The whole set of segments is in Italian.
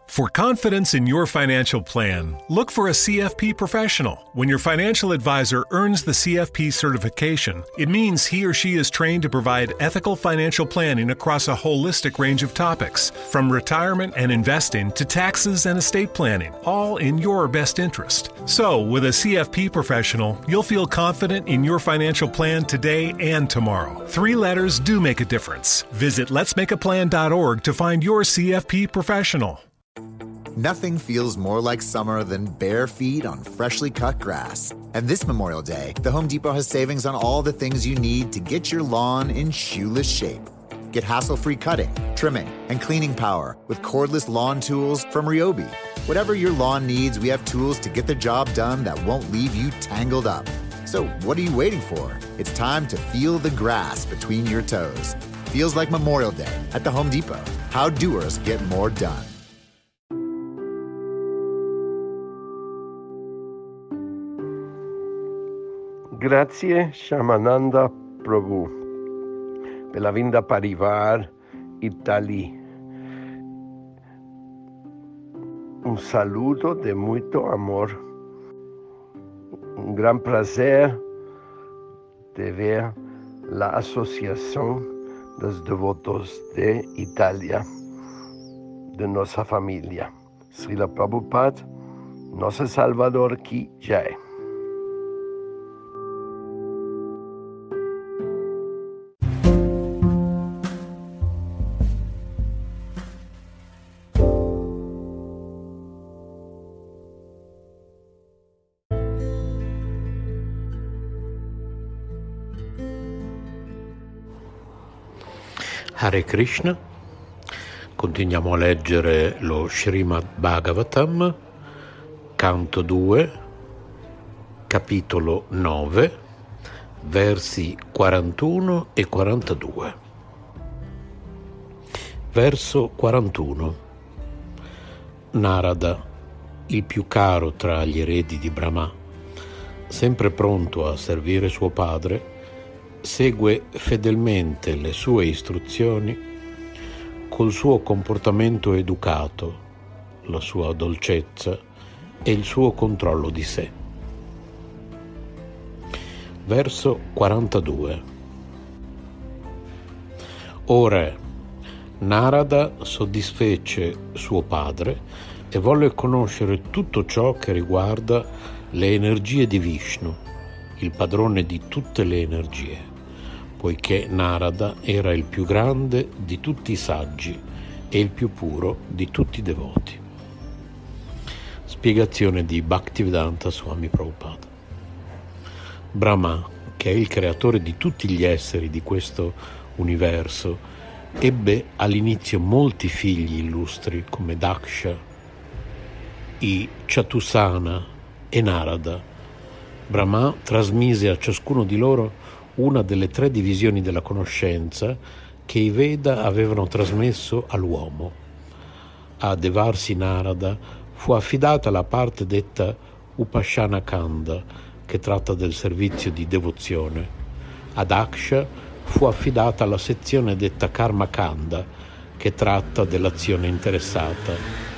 For confidence in your financial plan, look for a CFP professional. When your financial advisor earns the CFP certification, it means he or she is trained to provide ethical financial planning across a holistic range of topics, from retirement and investing to taxes and estate planning, all in your best interest. So, with a CFP professional, you'll feel confident in your financial plan today and tomorrow. 3 letters do make a difference. Visit letsmakeaplan.org to find your CFP professional. Nothing feels more like summer than bare feet on freshly cut grass. And this Memorial Day, the Home Depot has savings on all the things you need to get your lawn in shoeless shape. Get hassle-free cutting, trimming, and cleaning power with cordless lawn tools from Ryobi. Whatever your lawn needs, we have tools to get the job done that won't leave you tangled up. So what are you waiting for? It's time to feel the grass between your toes. Feels like Memorial Day at the Home Depot. How doers get more done. Grazie Shamananda Prabhu per la vinda parivar Italy. Un saludo de muito amor. Un gran placer de ver la Asociación dos Devotos de Italia, de nuestra familia. Srila Prabhupada, Nosso Salvador Ki Jai. Hare Krishna, continuiamo a leggere lo Srimad Bhagavatam, canto 2, capitolo 9, versi 41 e 42. Verso 41. Narada, il più caro tra gli eredi di Brahma, sempre pronto a servire suo padre, segue fedelmente le sue istruzioni col suo comportamento educato, la sua dolcezza e il suo controllo di sé. Verso 42. Ora Narada soddisfece suo padre e volle conoscere tutto ciò che riguarda le energie di Vishnu, il padrone di tutte le energie, poiché Narada era il più grande di tutti i saggi e il più puro di tutti i devoti. Spiegazione di Bhaktivedanta Swami Prabhupada. Brahma, che è il creatore di tutti gli esseri di questo universo, ebbe all'inizio molti figli illustri come Daksha, i Chatusana e Narada. Brahma trasmise a ciascuno di loro una delle 3 divisioni della conoscenza che i Veda avevano trasmesso all'uomo. A Devarsi Narada fu affidata la parte detta Upashana Kanda, che tratta del servizio di devozione. A Daksha fu affidata la sezione detta Karma Kanda, che tratta dell'azione interessata.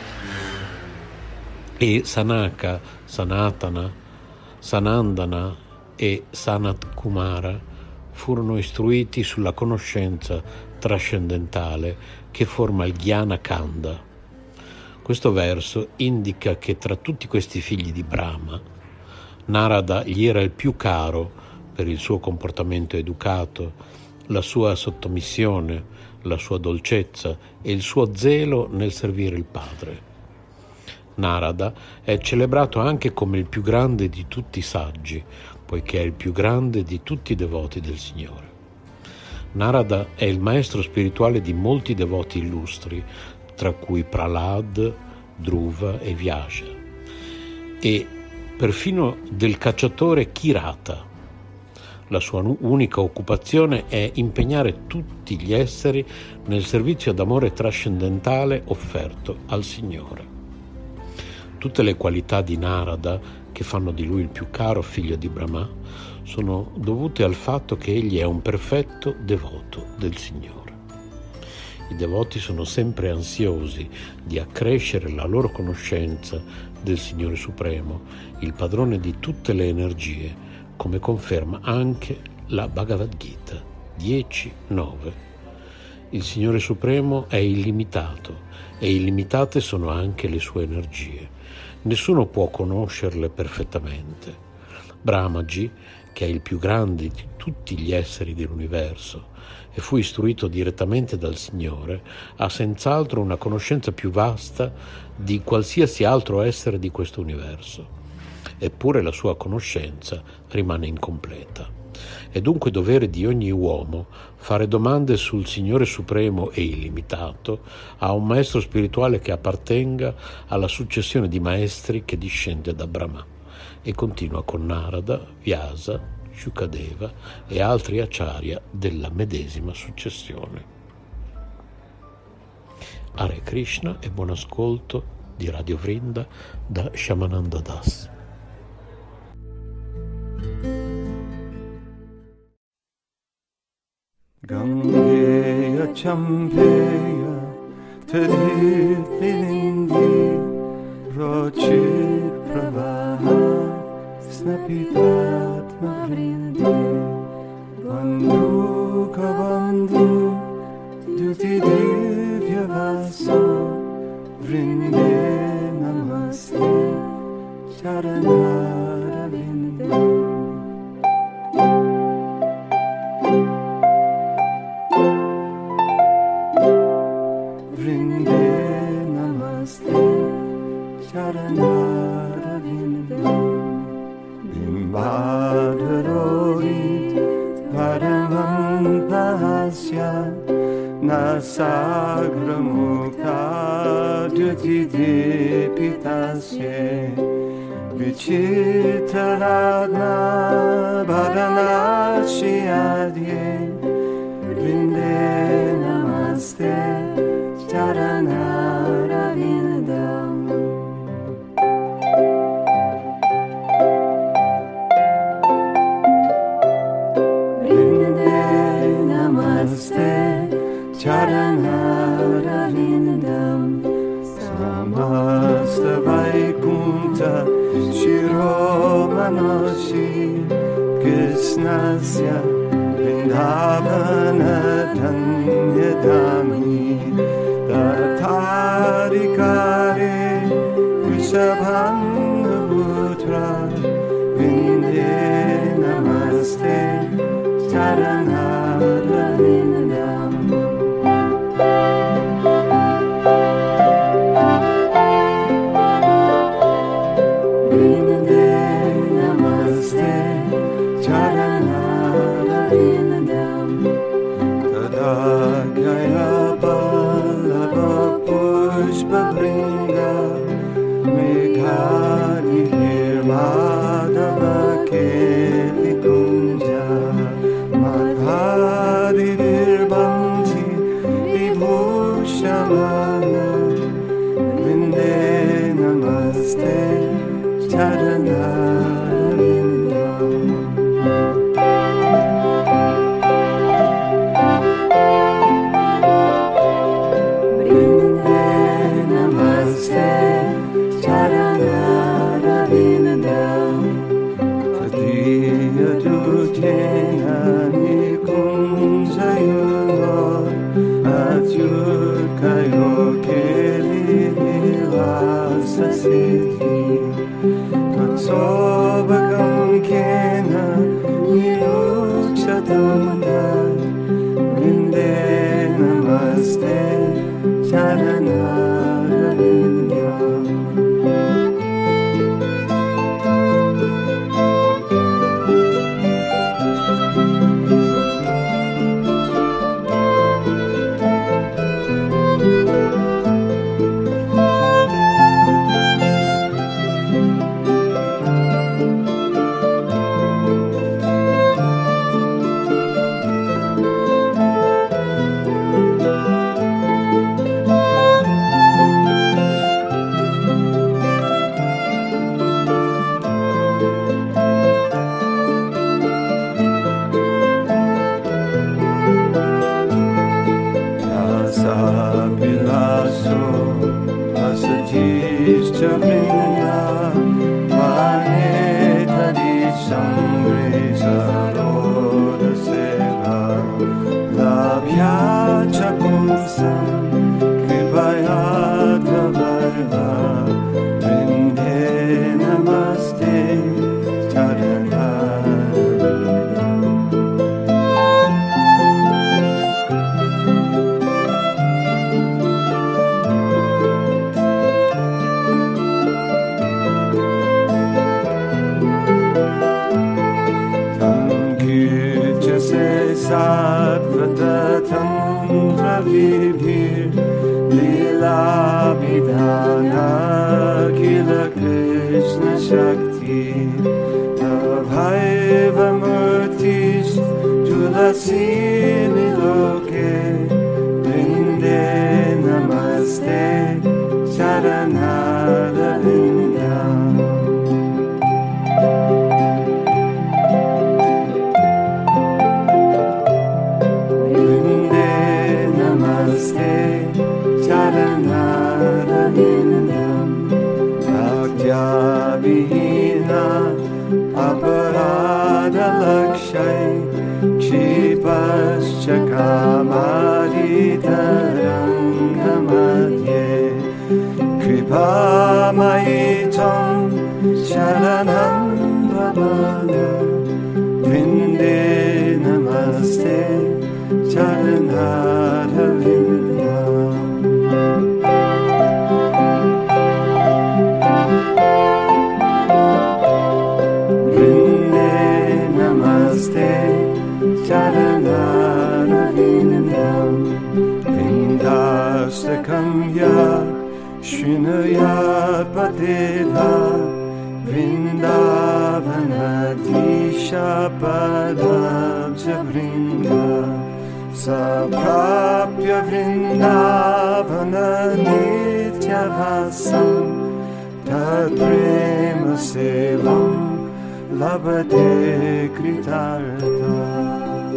E Sanaka, Sanatana, Sanandana e Sanat Kumara furono istruiti sulla conoscenza trascendentale che forma il Jnana Kanda. Questo verso indica che tra tutti questi figli di Brahma, Narada gli era il più caro per il suo comportamento educato, la sua sottomissione, la sua dolcezza e il suo zelo nel servire il padre. Narada è celebrato anche come il più grande di tutti i saggi, poiché è il più grande di tutti i devoti del Signore. Narada è il maestro spirituale di molti devoti illustri, tra cui Prahlad, Dhruva e Vyasa, e perfino del cacciatore Kirata. La sua unica occupazione è impegnare tutti gli esseri nel servizio d'amore trascendentale offerto al Signore. Tutte le qualità di Narada, che fanno di lui il più caro figlio di Brahma, sono dovute al fatto che egli è un perfetto devoto del Signore. I devoti sono sempre ansiosi di accrescere la loro conoscenza del Signore Supremo, il padrone di tutte le energie, come conferma anche la Bhagavad Gita 10.9. Il Signore Supremo è illimitato e illimitate sono anche le sue energie. Nessuno può conoscerle perfettamente. Brahmaji, che è il più grande di tutti gli esseri dell'universo e fu istruito direttamente dal Signore, ha senz'altro una conoscenza più vasta di qualsiasi altro essere di questo universo. Eppure la sua conoscenza rimane incompleta. È dunque dovere di ogni uomo fare domande sul Signore Supremo e illimitato a un maestro spirituale che appartenga alla successione di maestri che discende da Brahma, e continua con Narada, Vyasa, Shukadeva e altri acharya della medesima successione. Hare Krishna e buon ascolto di Radio Vrinda da Shyamananda Das. Gangeya Champeya Tadhirvilindi Rochit Pravaha Snapitatma Vrindi Bandhu Kavandhu Duti Divya Vaso Vrinde Namaste Charanara Vindam. Nasagramukta Duti Depitasye Vichitaradna Bharanashiyadye Vrinde Namaste Charanara Vindam. Vrinde Namaste Charanara Vindam. Samasta Vaikunta Shiromanoshi Krishnasya Vrindavana Dhanyadami Tatharikare Vishabhangaputra Vinde Namaste Charanara Vindam. Tisha Vrinda Maneta di Sangri Saroda Seva La piaccia Pulsam Kripayata Vaira Vrinde Namaste Charanara Satvata Tantra Vibhir Lila Vidhana Kila Krishna Shakti Abhaiva Murtish Tulasi Niloke Vrinde Namaste Charanara Vinda Charanara Vindam Bhaktya Vihina Aparada Lakshay Kshipascha Kamarita Rangamadye Kripa Maitam Sharanam Bhavana Vrinde Namaste Charanara Vindam Charanara Vindam Vindastakam Ya Shrinaya Patela Vrindavana Disha Padabja Vrinda Saprapya Vrindavana Nitya Vasam Tad Prema Sevam Labhate Kritartha.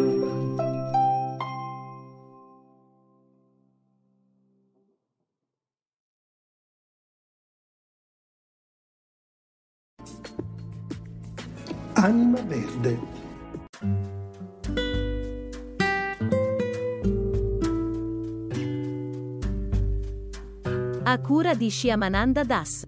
Anima Verde. A cura di Shyamananda Das.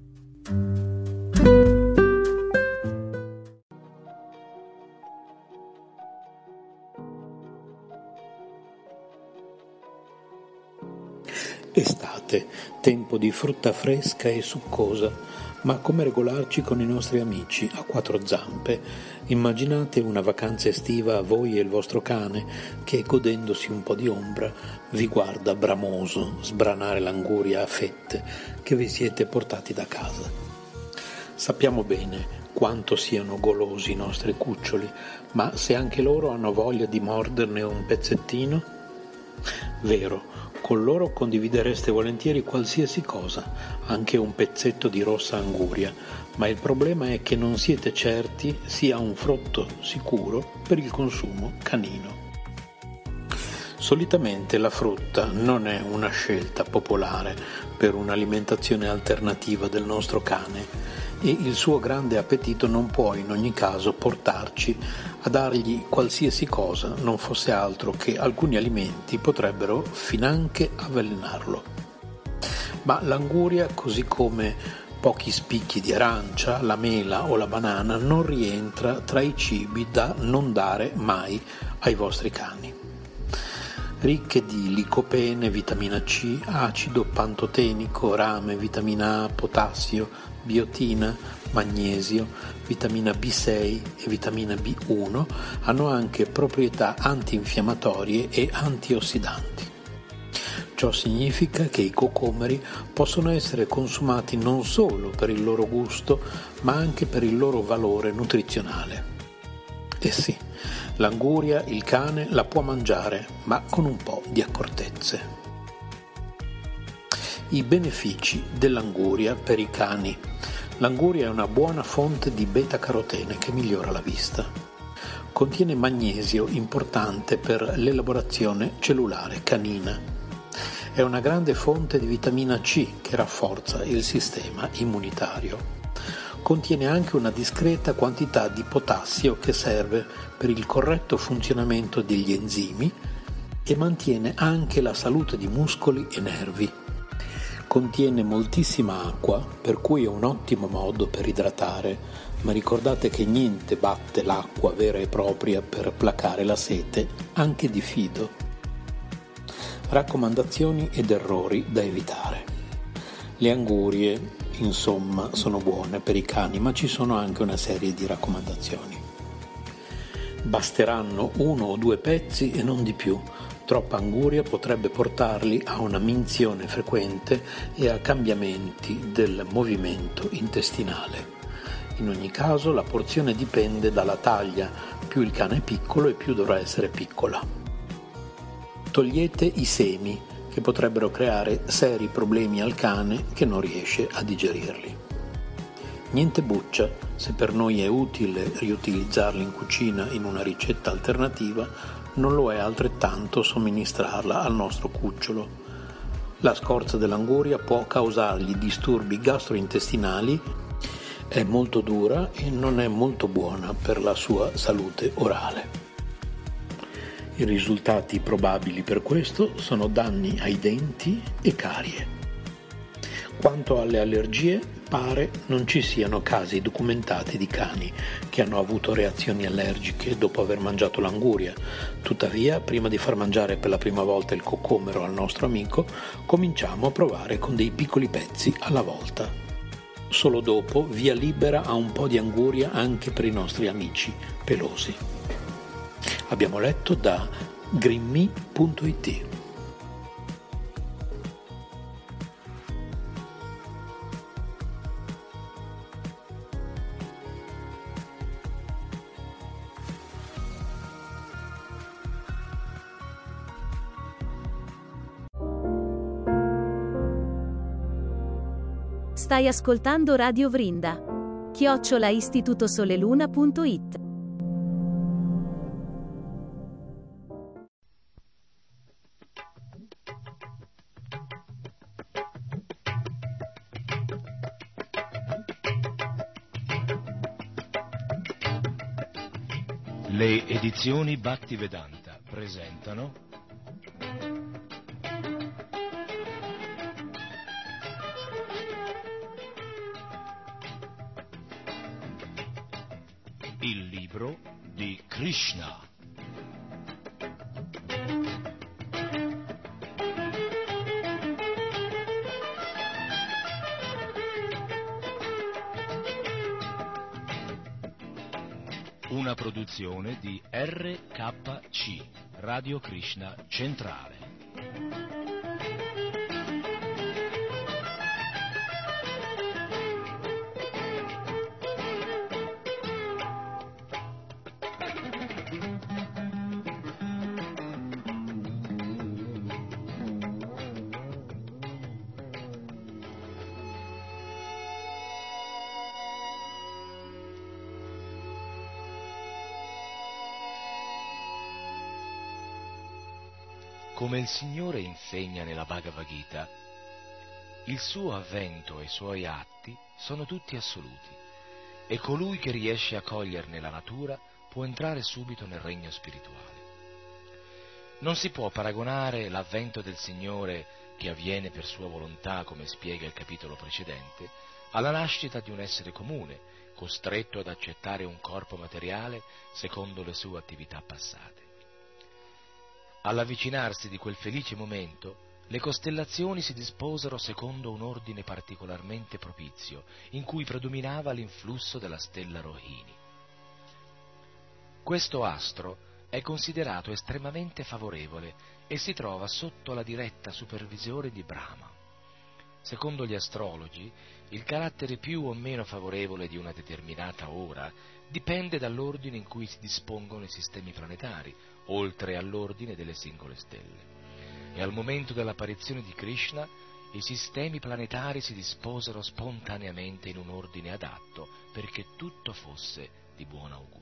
Estate, tempo di frutta fresca e succosa, ma come regolarci con i nostri amici a quattro zampe? Immaginate una vacanza estiva a voi e il vostro cane che, godendosi un po' di ombra, vi guarda bramoso sbranare l'anguria a fette che vi siete portati da casa. Sappiamo bene quanto siano golosi i nostri cuccioli, ma se anche loro hanno voglia di morderne un pezzettino? Vero, con loro condividereste volentieri qualsiasi cosa, anche un pezzetto di rossa anguria, ma il problema è che non siete certi sia un frutto sicuro per il consumo canino. Solitamente la frutta non è una scelta popolare per un'alimentazione alternativa del nostro cane e il suo grande appetito non può in ogni caso portarci a dargli qualsiasi cosa, non fosse altro che alcuni alimenti potrebbero finanche avvelenarlo. Ma l'anguria, così come pochi spicchi di arancia, la mela o la banana, non rientra tra i cibi da non dare mai ai vostri cani. Ricche di licopene, vitamina C, acido pantotenico, rame, vitamina A, potassio, biotina, magnesio, vitamina B6 e vitamina B1, hanno anche proprietà antinfiammatorie e antiossidanti. Ciò significa che i cocomeri possono essere consumati non solo per il loro gusto, ma anche per il loro valore nutrizionale. E sì, l'anguria il cane la può mangiare, ma con un po' di accortezze. I benefici dell'anguria per i cani. L'anguria è una buona fonte di beta-carotene che migliora la vista. Contiene magnesio, importante per l'elaborazione cellulare canina. È una grande fonte di vitamina C che rafforza il sistema immunitario. Contiene anche una discreta quantità di potassio che serve per il corretto funzionamento degli enzimi e mantiene anche la salute di muscoli e nervi. Contiene moltissima acqua, per cui è un ottimo modo per idratare, ma ricordate che niente batte l'acqua vera e propria per placare la sete, anche di fido. Raccomandazioni ed errori da evitare. Le angurie, insomma, sono buone per i cani, ma ci sono anche una serie di raccomandazioni. Basteranno 1 o 2 pezzi e non di più. Troppa anguria potrebbe portarli a una minzione frequente e a cambiamenti del movimento intestinale. In ogni caso la porzione dipende dalla taglia, più il cane è piccolo e più dovrà essere piccola. Togliete i semi, che potrebbero creare seri problemi al cane che non riesce a digerirli. Niente buccia, se per noi è utile riutilizzarli in cucina in una ricetta alternativa, non lo è altrettanto somministrarla al nostro cucciolo. La scorza dell'anguria può causargli disturbi gastrointestinali, è molto dura e non è molto buona per la sua salute orale. I risultati probabili per questo sono danni ai denti e carie. Quanto alle allergie, pare non ci siano casi documentati di cani che hanno avuto reazioni allergiche dopo aver mangiato l'anguria. Tuttavia, prima di far mangiare per la prima volta il coccomero al nostro amico, cominciamo a provare con dei piccoli pezzi alla volta. Solo dopo via libera a un po' di anguria anche per i nostri amici pelosi. Abbiamo letto da greenme.it. Stai ascoltando Radio Vrinda. @istitutosoleluna.it. Le edizioni Bhaktivedanta presentano il libro di Krishna. Una produzione di RKC, Radio Krishna Centrale. Come il Signore insegna nella Bhagavad Gita, il suo avvento e i suoi atti sono tutti assoluti, e colui che riesce a coglierne la natura può entrare subito nel regno spirituale. Non si può paragonare l'avvento del Signore, che avviene per sua volontà, come spiega il capitolo precedente, alla nascita di un essere comune, costretto ad accettare un corpo materiale secondo le sue attività passate. All'avvicinarsi di quel felice momento, le costellazioni si disposero secondo un ordine particolarmente propizio, in cui predominava l'influsso della stella Rohini. Questo astro è considerato estremamente favorevole e si trova sotto la diretta supervisione di Brahma. Secondo gli astrologi, il carattere più o meno favorevole di una determinata ora dipende dall'ordine in cui si dispongono i sistemi planetari, oltre all'ordine delle singole stelle. E al momento dell'apparizione di Krishna, i sistemi planetari si disposero spontaneamente in un ordine adatto perché tutto fosse di buon augurio.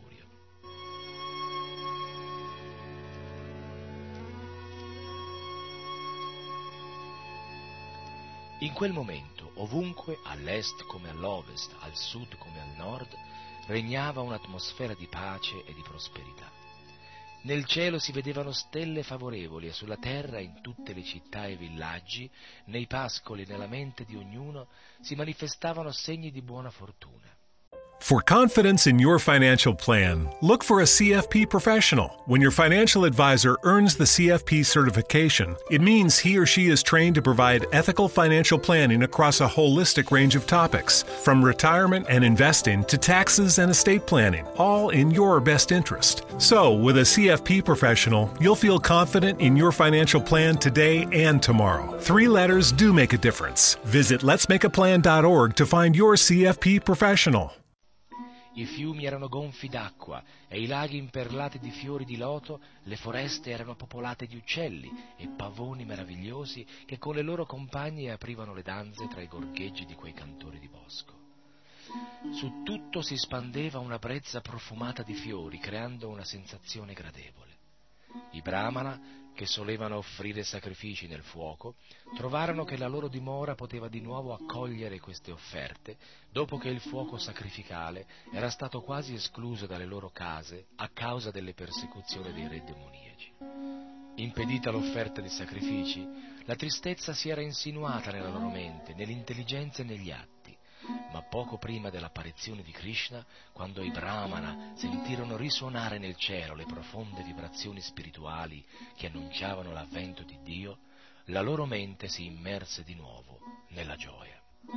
In quel momento, ovunque, all'est come all'ovest, al sud come al nord, regnava un'atmosfera di pace e di prosperità. Nel cielo si vedevano stelle favorevoli e sulla terra, in tutte le città e villaggi, nei pascoli e nella mente di ognuno, si manifestavano segni di buona fortuna. For confidence in your financial plan, look for a CFP professional. When your financial advisor earns the CFP certification, it means he or she is trained to provide ethical financial planning across a holistic range of topics, from retirement and investing to taxes and estate planning, all in your best interest. So, with a CFP professional, you'll feel confident in your financial plan today and tomorrow. 3 letters do make a difference. Visit letsmakeaplan.org to find your CFP professional. I fiumi erano gonfi d'acqua e i laghi imperlati di fiori di loto, le foreste erano popolate di uccelli e pavoni meravigliosi che con le loro compagne aprivano le danze tra i gorgheggi di quei cantori di bosco. Su tutto si spandeva una brezza profumata di fiori, creando una sensazione gradevole. I brahmana, che solevano offrire sacrifici nel fuoco, trovarono che la loro dimora poteva di nuovo accogliere queste offerte, dopo che il fuoco sacrificale era stato quasi escluso dalle loro case a causa delle persecuzioni dei re demoniaci. Impedita l'offerta di sacrifici, la tristezza si era insinuata nella loro mente, nell'intelligenza e negli atti. Ma poco prima dell'apparizione di Krishna, quando i Brahmana sentirono risuonare nel cielo le profonde vibrazioni spirituali che annunciavano l'avvento di Dio, la loro mente si immerse di nuovo nella gioia.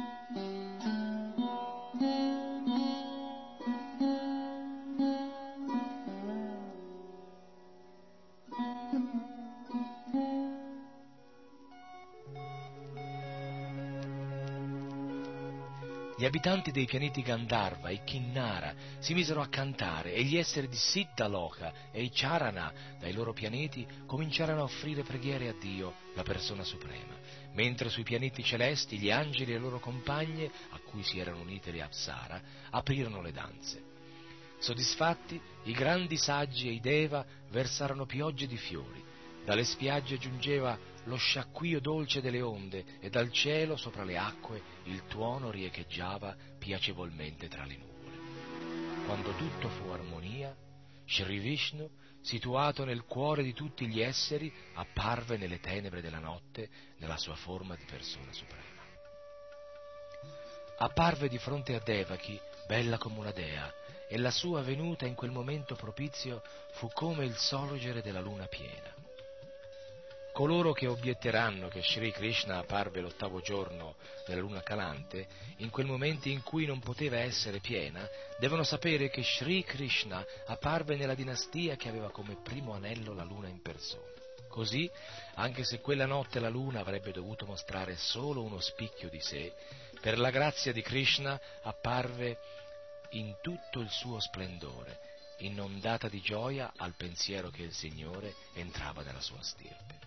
Gli abitanti dei pianeti Gandharva e Kinnara si misero a cantare e gli esseri di Siddhaloka e i Charana dai loro pianeti cominciarono a offrire preghiere a Dio, la persona suprema, mentre sui pianeti celesti gli angeli e le loro compagne, a cui si erano unite le Apsara, aprirono le danze. Soddisfatti, i grandi saggi e i Deva versarono piogge di fiori. Dalle spiagge giungeva lo sciacquio dolce delle onde e dal cielo sopra le acque il tuono riecheggiava piacevolmente tra le nuvole. Quando tutto fu armonia, Shri Vishnu, situato nel cuore di tutti gli esseri, apparve nelle tenebre della notte nella sua forma di persona suprema. Apparve di fronte a Devaki, bella come una dea, e la sua venuta in quel momento propizio fu come il sorgere della luna piena. Coloro che obietteranno che Shri Krishna apparve l'8° giorno della luna calante, in quel momento in cui non poteva essere piena, devono sapere che Shri Krishna apparve nella dinastia che aveva come primo anello la luna in persona. Così, anche se quella notte la luna avrebbe dovuto mostrare solo uno spicchio di sé, per la grazia di Krishna apparve in tutto il suo splendore, inondata di gioia al pensiero che il Signore entrava nella sua stirpe.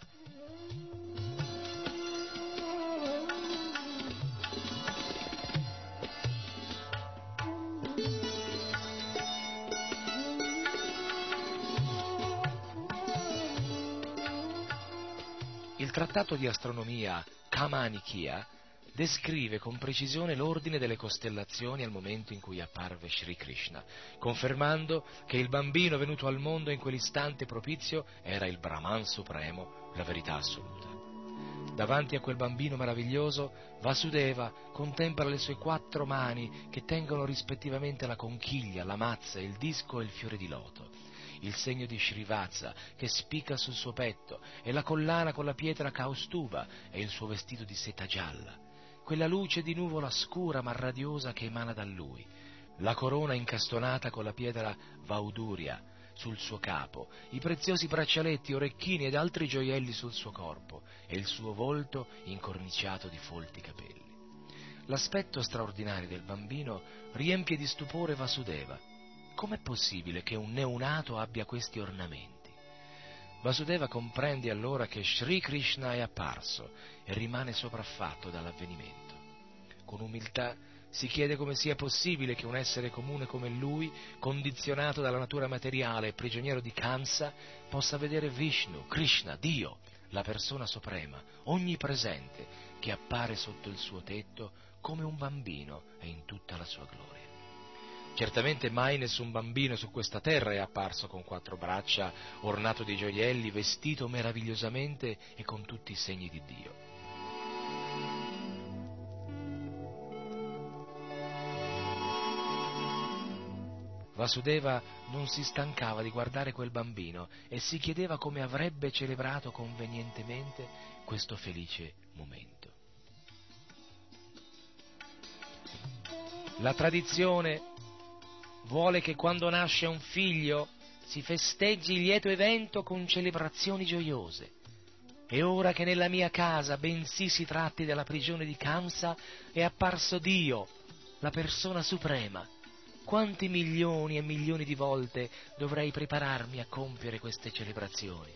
Il trattato di astronomia Kamanikya descrive con precisione l'ordine delle costellazioni al momento in cui apparve Shri Krishna, confermando che il bambino venuto al mondo in quell'istante propizio era il Brahman supremo, la verità assoluta. Davanti a quel bambino meraviglioso, Vasudeva contempla le sue 4 mani che tengono rispettivamente la conchiglia, la mazza, il disco e il fiore di loto, il segno di Srivatsa che spicca sul suo petto e la collana con la pietra Kaustuba e il suo vestito di seta gialla, quella luce di nuvola scura ma radiosa che emana da lui, la corona incastonata con la pietra Vauduria sul suo capo, i preziosi braccialetti, orecchini ed altri gioielli sul suo corpo e il suo volto incorniciato di folti capelli. L'aspetto straordinario del bambino riempie di stupore Vasudeva. Com'è possibile che un neonato abbia questi ornamenti? Vasudeva comprende allora che Shri Krishna è apparso e rimane sopraffatto dall'avvenimento. Con umiltà si chiede come sia possibile che un essere comune come lui, condizionato dalla natura materiale e prigioniero di Kamsa, possa vedere Vishnu, Krishna, Dio, la persona suprema, onnipresente, che appare sotto il suo tetto come un bambino e in tutta la sua gloria. Certamente mai nessun bambino su questa terra è apparso con 4 braccia, ornato di gioielli, vestito meravigliosamente e con tutti i segni di Dio. Vasudeva non si stancava di guardare quel bambino e si chiedeva come avrebbe celebrato convenientemente questo felice momento. La tradizione vuole che quando nasce un figlio si festeggi il lieto evento con celebrazioni gioiose. E ora che nella mia casa, bensì si tratti della prigione di Kamsa, è apparso Dio, la persona suprema, quanti milioni e milioni di volte dovrei prepararmi a compiere queste celebrazioni?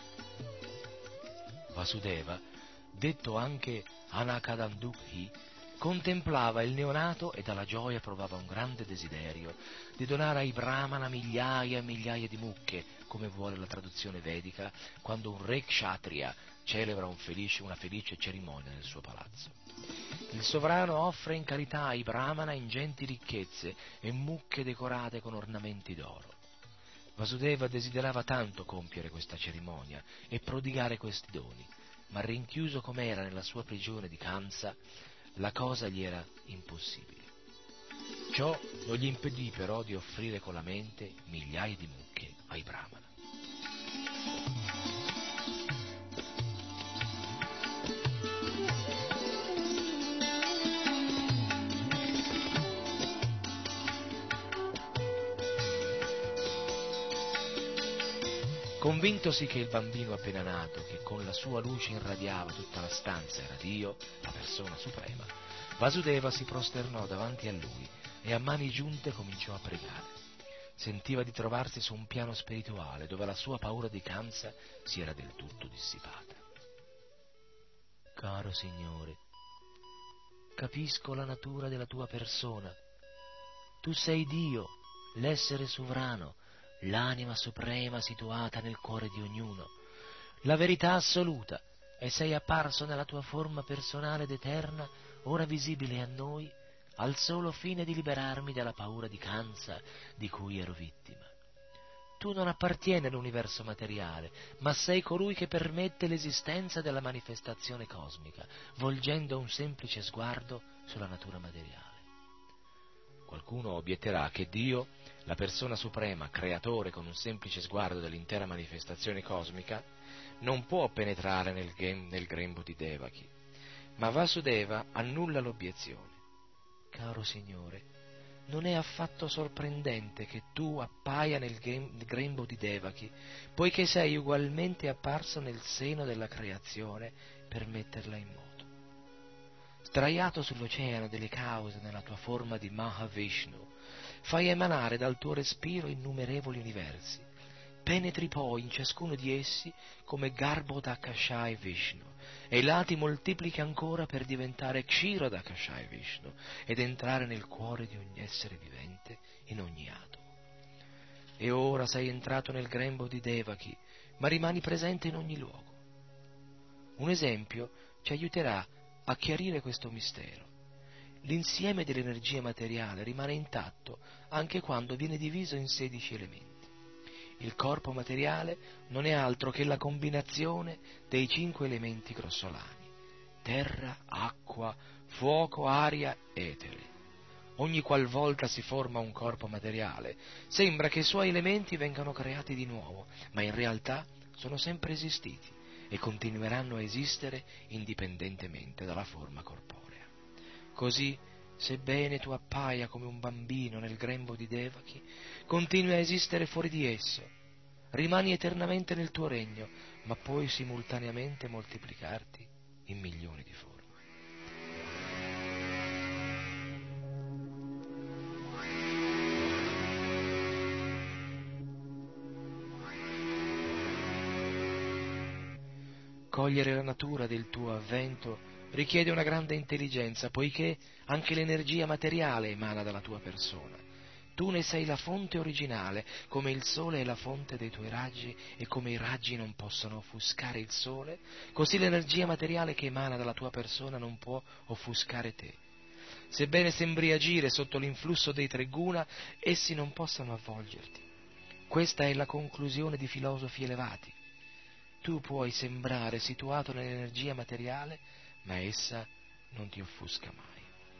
Vasudeva, detto anche Anakadandukhi, contemplava il neonato e dalla gioia provava un grande desiderio di donare ai Brahmana migliaia e migliaia di mucche, come vuole la traduzione vedica, quando un re kshatriya celebra una felice cerimonia nel suo palazzo. Il sovrano offre in carità ai Brahmana ingenti ricchezze e mucche decorate con ornamenti d'oro. Vasudeva desiderava tanto compiere questa cerimonia e prodigare questi doni, ma rinchiuso com'era nella sua prigione di Kamsa, la cosa gli era impossibile. Ciò non gli impedì però di offrire con la mente migliaia di mucche ai Brahmana. Convintosi che il bambino appena nato, che con la sua luce irradiava tutta la stanza, era Dio, la persona suprema, Vasudeva si prosternò davanti a lui e a mani giunte cominciò a pregare. Sentiva di trovarsi su un piano spirituale dove la sua paura di Kamsa si era del tutto dissipata. Caro Signore, capisco la natura della tua persona. Tu sei Dio, l'essere sovrano, l'anima suprema situata nel cuore di ognuno, la verità assoluta, e sei apparso nella tua forma personale ed eterna, ora visibile a noi, al solo fine di liberarmi dalla paura di Kamsa di cui ero vittima. Tu non appartieni all'universo materiale, ma sei colui che permette l'esistenza della manifestazione cosmica, volgendo un semplice sguardo sulla natura materiale. Qualcuno obietterà che Dio, la persona suprema, creatore con un semplice sguardo dell'intera manifestazione cosmica, non può penetrare nel grembo di Devaki. Ma Vasudeva annulla l'obiezione. Caro Signore, non è affatto sorprendente che tu appaia nel grembo di Devaki, poiché sei ugualmente apparso nel seno della creazione per metterla in moto. Sdraiato sull'oceano delle cause nella tua forma di Mahavishnu, fai emanare dal tuo respiro innumerevoli universi. Penetri poi in ciascuno di essi come Garbhodakashai Vishnu, e là ti moltiplichi ancora per diventare Kshirodakashai Vishnu ed entrare nel cuore di ogni essere vivente in ogni atomo. E ora sei entrato nel grembo di Devaki, ma rimani presente in ogni luogo. Un esempio ci aiuterà a chiarire questo mistero. L'insieme dell'energia materiale rimane intatto anche quando viene diviso in 16 elementi. Il corpo materiale non è altro che la combinazione dei 5 elementi grossolani: terra, acqua, fuoco, aria, etere. Ogni qualvolta si forma un corpo materiale, sembra che i suoi elementi vengano creati di nuovo, ma in realtà sono sempre esistiti e continueranno a esistere indipendentemente dalla forma corporea. Così, sebbene tu appaia come un bambino nel grembo di Devaki, continui a esistere fuori di esso, rimani eternamente nel tuo regno, ma puoi simultaneamente moltiplicarti in milioni di forme. Cogliere la natura del tuo avvento richiede una grande intelligenza, poiché anche l'energia materiale emana dalla tua persona. Tu ne sei la fonte originale, come il sole è la fonte dei tuoi raggi e come i raggi non possono offuscare il sole, così l'energia materiale che emana dalla tua persona non può offuscare te. Sebbene sembri agire sotto l'influsso dei tre guna, essi non possono avvolgerti. Questa è la conclusione di filosofi elevati. Tu puoi sembrare situato nell'energia materiale, ma essa non ti offusca mai.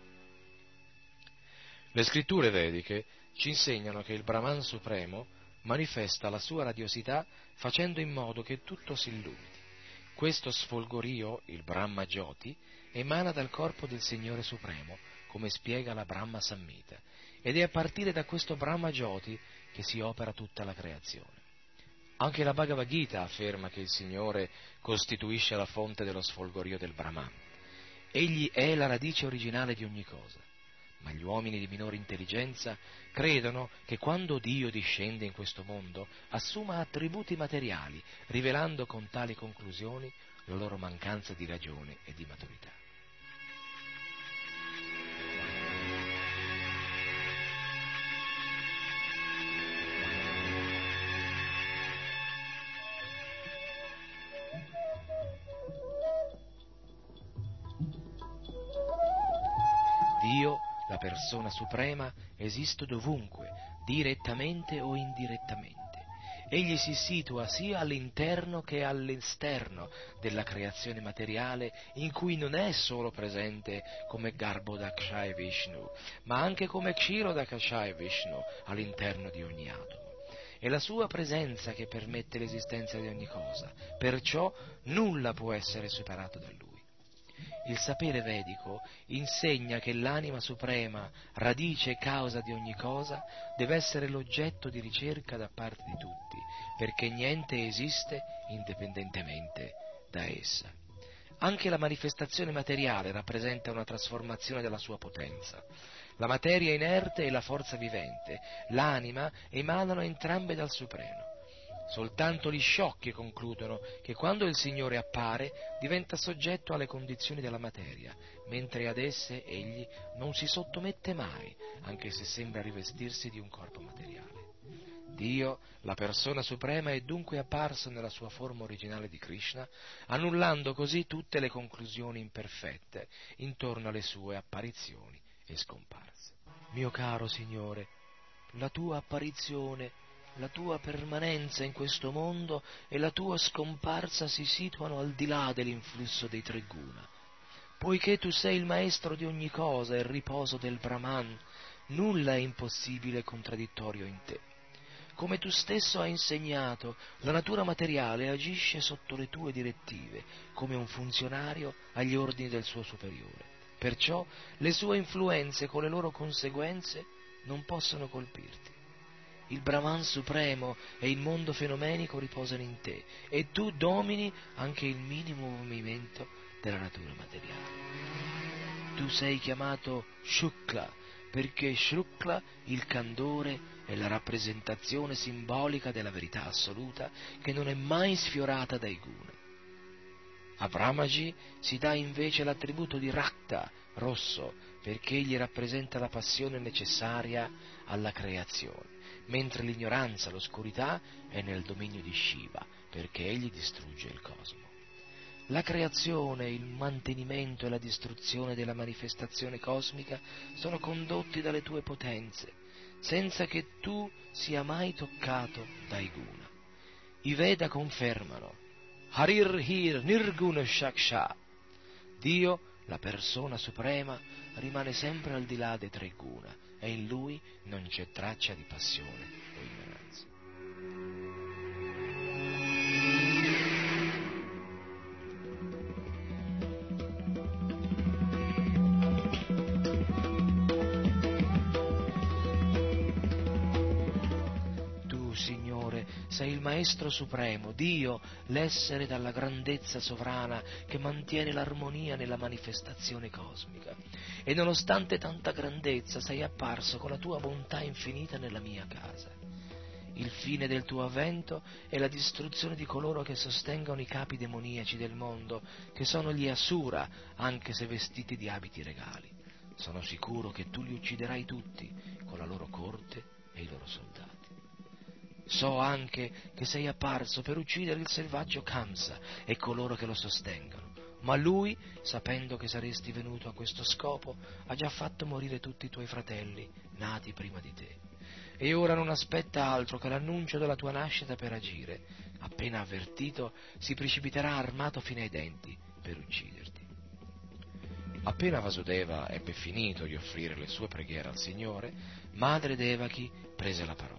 Le scritture vediche ci insegnano che il Brahman Supremo manifesta la sua radiosità facendo in modo che tutto si illumini. Questo sfolgorio, il Brahma Jyoti, emana dal corpo del Signore Supremo, come spiega la Brahma Sammita, ed è a partire da questo Brahma Jyoti che si opera tutta la creazione. Anche la Bhagavad Gita afferma che il Signore costituisce la fonte dello sfolgorio del Brahman. Egli è la radice originale di ogni cosa. Ma gli uomini di minore intelligenza credono che quando Dio discende in questo mondo assuma attributi materiali, rivelando con tali conclusioni la loro mancanza di ragione e di maturità. Dio, la persona suprema, esiste dovunque, direttamente o indirettamente. Egli si situa sia all'interno che all'esterno della creazione materiale, in cui non è solo presente come Garbhodakshaya Vishnu, ma anche come Kshirodakshaya Vishnu all'interno di ogni atomo. È la sua presenza che permette l'esistenza di ogni cosa, perciò nulla può essere superato da lui. Il sapere vedico insegna che l'anima suprema, radice e causa di ogni cosa, deve essere l'oggetto di ricerca da parte di tutti, perché niente esiste indipendentemente da essa. Anche la manifestazione materiale rappresenta una trasformazione della sua potenza. La materia inerte e la forza vivente, l'anima, emanano entrambe dal Supremo. Soltanto gli sciocchi concludono che quando il Signore appare diventa soggetto alle condizioni della materia, mentre ad esse egli non si sottomette mai, anche se sembra rivestirsi di un corpo materiale. Dio, la persona suprema, è dunque apparso nella sua forma originale di Krishna, annullando così tutte le conclusioni imperfette intorno alle sue apparizioni e scomparse. Mio caro Signore, la tua apparizione, la tua permanenza in questo mondo e la tua scomparsa si situano al di là dell'influsso dei tre guna. Poiché tu sei il maestro di ogni cosa e il riposo del Brahman, nulla è impossibile e contraddittorio in te. Come tu stesso hai insegnato, la natura materiale agisce sotto le tue direttive, come un funzionario agli ordini del suo superiore. Perciò le sue influenze con le loro conseguenze non possono colpirti. Il Brahman supremo e il mondo fenomenico riposano in te e tu domini anche il minimo movimento della natura materiale. Tu sei chiamato Shukla perché Shukla, il candore, è la rappresentazione simbolica della verità assoluta che non è mai sfiorata dai guna. A Brahmaji si dà invece l'attributo di Rakta, rosso, perché egli rappresenta la passione necessaria alla creazione, mentre l'ignoranza, l'oscurità è nel dominio di Shiva, perché egli distrugge il cosmo. La creazione, il mantenimento e la distruzione della manifestazione cosmica sono condotti dalle tue potenze, senza che tu sia mai toccato dai guna. I Veda confermano Harir Hir Nirguna Shaksha. Dio, la persona suprema, rimane sempre al di là dei tre guna e in lui non c'è traccia di passione o ignoranza. Sei il Maestro Supremo, Dio, l'essere dalla grandezza sovrana che mantiene l'armonia nella manifestazione cosmica. E nonostante tanta grandezza sei apparso con la tua bontà infinita nella mia casa. Il fine del tuo avvento è la distruzione di coloro che sostengono i capi demoniaci del mondo, che sono gli Asura, anche se vestiti di abiti regali. sono sicuro che tu li ucciderai tutti con la loro corte e i loro soldati. So anche che sei apparso per uccidere il selvaggio Kamsa e coloro che lo sostengono, ma lui, sapendo che saresti venuto a questo scopo, ha già fatto morire tutti i tuoi fratelli nati prima di te. E ora non aspetta altro che l'annuncio della tua nascita per agire. Appena avvertito, si precipiterà armato fino ai denti per ucciderti. Appena Vasudeva ebbe finito di offrire le sue preghiere al Signore, madre Devaki prese la parola.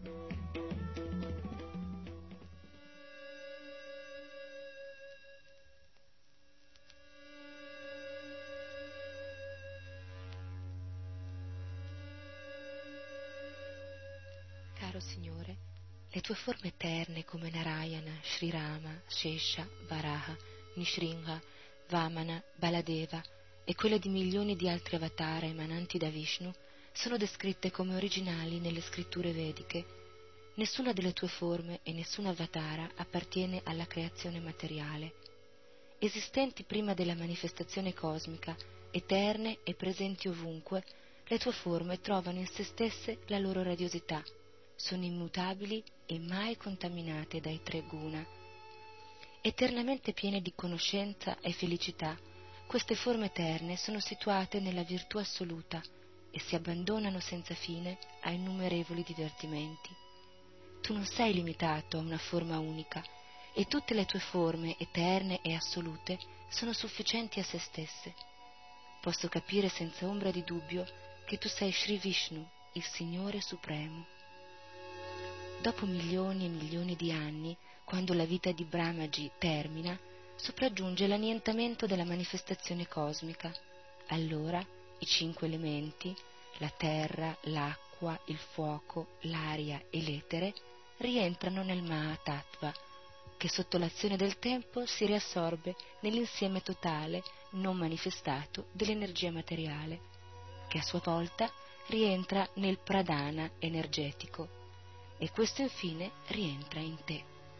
Caro Signore, le tue forme eterne come Narayana, Sri Rama, Shesha, Varaha, Nishringa, Vamana, Baladeva e quelle di milioni di altri avatar emananti da Vishnu sono descritte come originali nelle scritture vediche. Nessuna delle tue forme e nessun avatara appartiene alla creazione materiale. Esistenti prima della manifestazione cosmica, eterne e presenti ovunque, le tue forme trovano in se stesse la loro radiosità, sono immutabili e mai contaminate dai tre guna. Eternamente piene di conoscenza e felicità, queste forme eterne sono situate nella virtù assoluta e si abbandonano senza fine a innumerevoli divertimenti. Tu non sei limitato a una forma unica e tutte le tue forme eterne e assolute sono sufficienti a se stesse. Posso capire senza ombra di dubbio che tu sei Sri Vishnu, il Signore Supremo. Dopo milioni e milioni di anni, quando la vita di Brahmaji termina, sopraggiunge l'annientamento della manifestazione cosmica. Allora i 5 elementi, la terra, l'acqua, il fuoco, l'aria e l'etere, rientrano nel Mahatattva, che sotto l'azione del tempo si riassorbe nell'insieme totale, non manifestato, dell'energia materiale, che a sua volta rientra nel Pradana energetico, e questo infine rientra in te.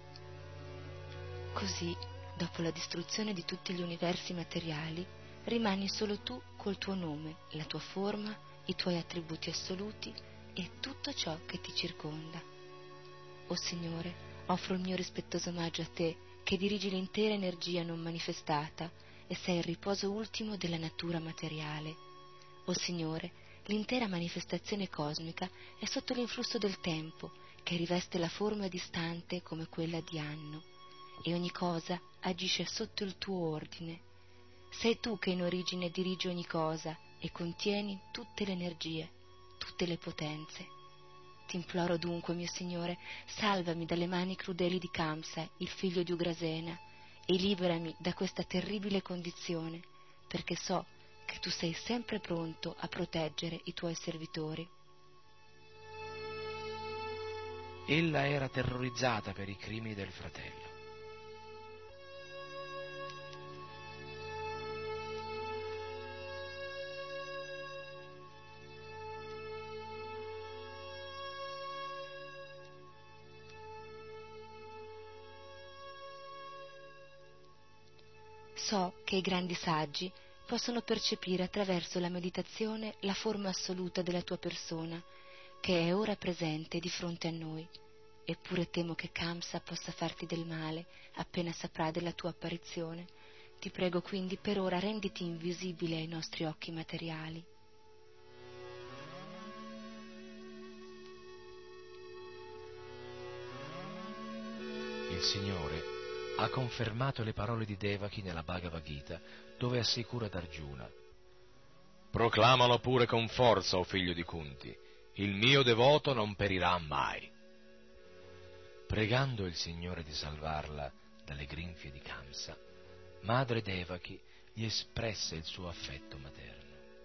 Così, dopo la distruzione di tutti gli universi materiali, rimani solo tu col tuo nome, la tua forma, i tuoi attributi assoluti e tutto ciò che ti circonda. O Signore, offro il mio rispettoso omaggio a te, che dirigi l'intera energia non manifestata e sei il riposo ultimo della natura materiale. O Signore, l'intera manifestazione cosmica è sotto l'influsso del tempo, che riveste la forma distante come quella di anno, e ogni cosa agisce sotto il tuo ordine. Sei tu che in origine dirigi ogni cosa e contieni tutte le energie, tutte le potenze. Ti imploro dunque, mio Signore, salvami dalle mani crudeli di Kamsa, il figlio di Ugrasena, e liberami da questa terribile condizione, perché so che tu sei sempre pronto a proteggere i tuoi servitori. Ella era terrorizzata per i crimini del fratello. So che i grandi saggi possono percepire attraverso la meditazione la forma assoluta della tua persona, che è ora presente di fronte a noi. Eppure temo che Kamsa possa farti del male appena saprà della tua apparizione. Ti prego quindi per ora renditi invisibile ai nostri occhi materiali. Il Signore ha confermato le parole di Devaki nella Bhagavad Gita, dove assicura ad Arjuna: proclamalo pure con forza, o figlio di Kunti, il mio devoto non perirà mai. Pregando il Signore di salvarla dalle grinfie di Kamsa, madre Devaki gli espresse il suo affetto materno.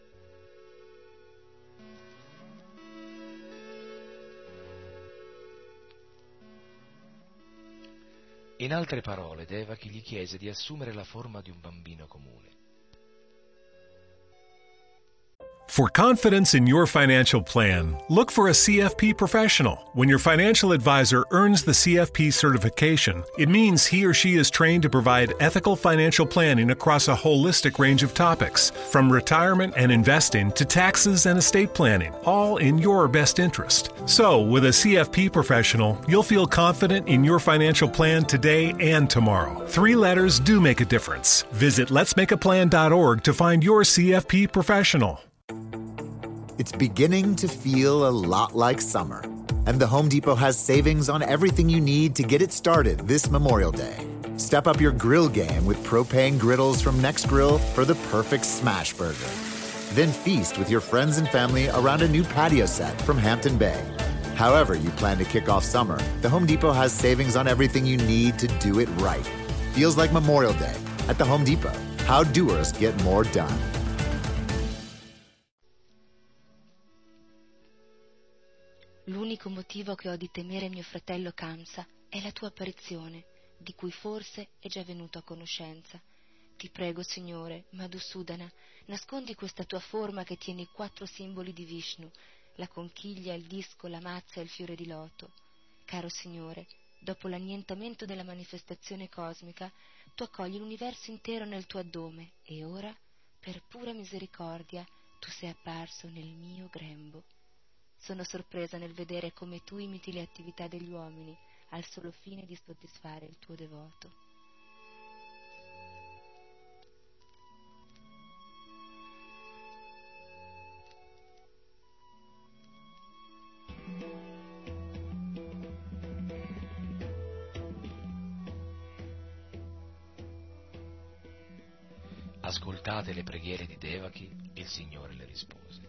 In altre parole, Devaki gli chiese di assumere la forma di un bambino comune. For confidence in your financial plan, look for a CFP professional. When your financial advisor earns the CFP certification, it means he or she is trained to provide ethical financial planning across a holistic range of topics, from retirement and investing to taxes and estate planning, all in your best interest. So, with a CFP professional, you'll feel confident in your financial plan today and tomorrow. 3 letters do make a difference. Visit letsmakeaplan.org to find your CFP professional. It's beginning to feel a lot like summer, and the Home Depot has savings on everything you need to get it started this Memorial Day. Step up your grill game with propane griddles from Nexgrill for the perfect smash burger. Then feast with your friends and family around a new patio set from Hampton Bay. However you plan to kick off summer, the Home Depot has savings on everything you need to do it right. Feels like Memorial Day at the Home Depot. How doers get more done. L'unico motivo che ho di temere mio fratello Kamsa è la tua apparizione, di cui forse è già venuto a conoscenza. Ti prego, Signore, Madhusudana, nascondi questa tua forma che tiene i 4 simboli di Vishnu, la conchiglia, il disco, la mazza e il fiore di loto. Caro Signore, dopo l'annientamento della manifestazione cosmica, tu accogli l'universo intero nel tuo addome e ora, per pura misericordia, tu sei apparso nel mio grembo. Sono sorpresa nel vedere come tu imiti le attività degli uomini al solo fine di soddisfare il tuo devoto. Ascoltate le preghiere di Devaki, il Signore le rispose.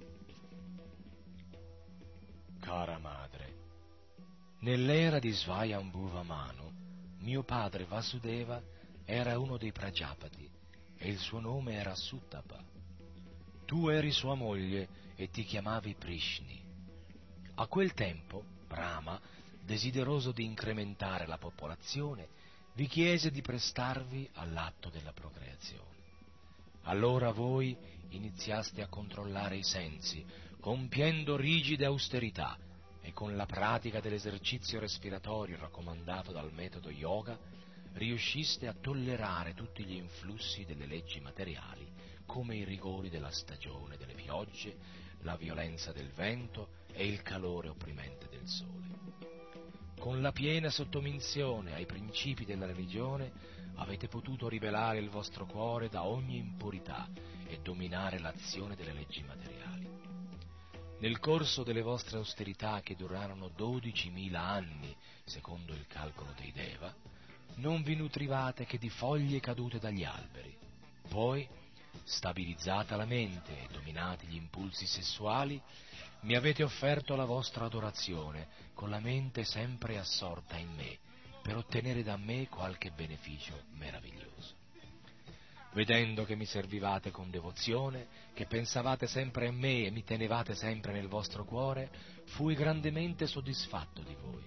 Cara madre, nell'era di Svayambhuva Manu, mio padre Vasudeva era uno dei Prajapati e il suo nome era Suttapa. Tu eri sua moglie e ti chiamavi Prishni. A quel tempo Brahma, desideroso di incrementare la popolazione, vi chiese di prestarvi all'atto della procreazione. Allora voi iniziaste a controllare i sensi, compiendo rigide austerità, e con la pratica dell'esercizio respiratorio raccomandato dal metodo yoga, riusciste a tollerare tutti gli influssi delle leggi materiali, come i rigori della stagione delle piogge, la violenza del vento e il calore opprimente del sole. Con la piena sottomissione ai principi della religione avete potuto rivelare il vostro cuore da ogni impurità e dominare l'azione delle leggi materiali. Nel corso delle vostre austerità, che durarono 12.000 anni, secondo il calcolo dei Deva, non vi nutrivate che di foglie cadute dagli alberi. Poi, stabilizzata la mente e dominati gli impulsi sessuali, mi avete offerto la vostra adorazione, con la mente sempre assorta in me, per ottenere da me qualche beneficio meraviglioso. Vedendo che mi servivate con devozione, che pensavate sempre a me e mi tenevate sempre nel vostro cuore, fui grandemente soddisfatto di voi.